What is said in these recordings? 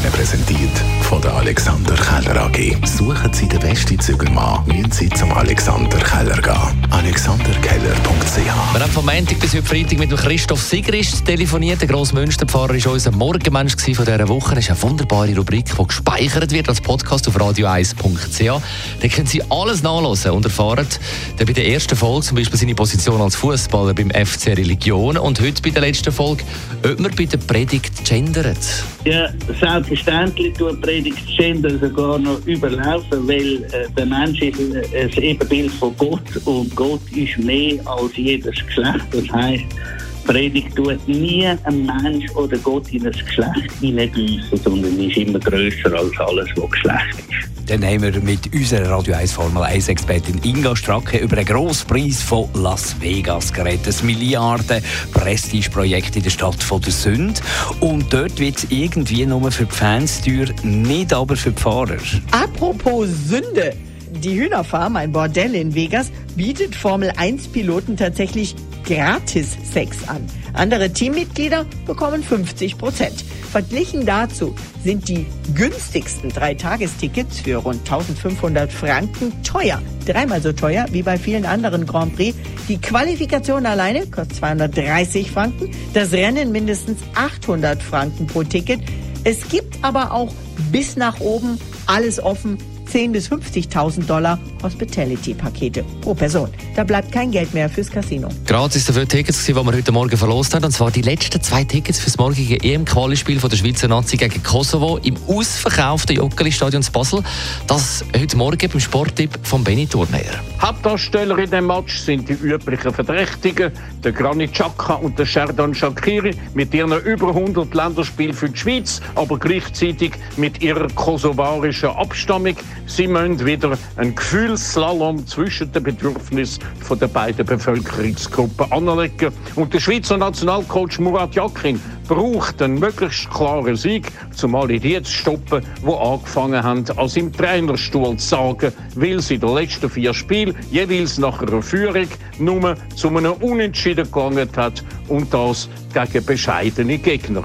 Ihnen präsentiert von der Alexander Keller AG. Suchen Sie den besten Zügelmann, müssen Sie zum Alexander Keller gehen. alexanderkeller.ch. Wir haben von Montag bis heute Freitag mit dem Christoph Sigrist telefoniert. Der grosse Münsterpfarrer war unser Morgenmensch von dieser Woche. Das ist eine wunderbare Rubrik, die gespeichert wird als Podcast auf radio1.ch. Da können Sie alles nachlesen und erfahren bei der ersten Folge zum Beispiel seine Position als Fußballer beim FC Religion und heute bei der letzten Folge, ob man bei der Predigt gendert. Ja, selbstverständlich tut Predigt Gender sogar noch überlaufen, weil der Mensch ist ein Ebenbild von Gott und Gott ist mehr als jedes Geschlecht. Das heisst, Predigt tut nie ein Mensch oder Gott in ein Geschlecht hineingießen, sondern ist immer grösser als alles, was Geschlecht ist. Dann haben wir mit unserer Radio 1 Formel 1 Expertin Inga Stracke über den Grosspreis von Las Vegas geredet. Ein Milliarden-Prestigeprojekt in der Stadt von der Sünde. Und dort wird es irgendwie nur für die Fans teuer, nicht aber für die Fahrer. Apropos Sünde. Die Hühnerfarm, ein Bordell in Vegas, bietet Formel-1-Piloten tatsächlich gratis Sex an. Andere Teammitglieder bekommen 50%. Verglichen dazu sind die günstigsten 3-Tagestickets für rund 1500 Franken teuer. Dreimal so teuer wie bei vielen anderen Grand Prix. Die Qualifikation alleine kostet 230 Franken, das Rennen mindestens 800 Franken pro Ticket. Es gibt aber auch bis nach oben alles offen. 10.000 bis 50.000 $ Hospitality-Pakete pro Person. Da bleibt kein Geld mehr fürs Casino. Gratis dafür Tickets, die wir heute Morgen verlost haben. Und zwar die letzten 2 Tickets für das morgige EM-Quali-Spiel der Schweizer Nazi gegen Kosovo im ausverkauften Joggeli-Stadion in Basel. Das heute Morgen beim Sporttipp von Benny Thurnherr. Hauptdarsteller in dem Match sind die üblichen Verdächtigen, der Granit Xhaka und der Xherdan Shaqiri mit ihren über 100 Länderspielen für die Schweiz, aber gleichzeitig mit ihrer kosovarischen Abstammung. Sie müssen wieder einen Gefühlsslalom zwischen den Bedürfnissen der beiden Bevölkerungsgruppen anlegen. Und der Schweizer Nationalcoach Murat Yakin braucht einen möglichst klaren Sieg, zumal die jetzt stoppen, die angefangen haben, als im Trainerstuhl zu sagen, weil sie in den letzten 4 Spielen jeweils nach einer Führung nur zu einem Unentschieden gelangt hat und das gegen bescheidene Gegner.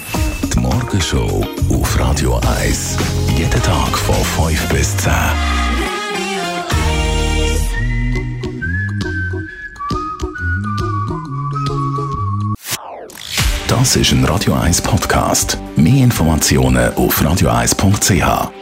Die Morgenshow auf Radio 1. Jeden Tag von 5 bis 10. Das ist ein Radio 1 Podcast. Mehr Informationen auf radio1.ch.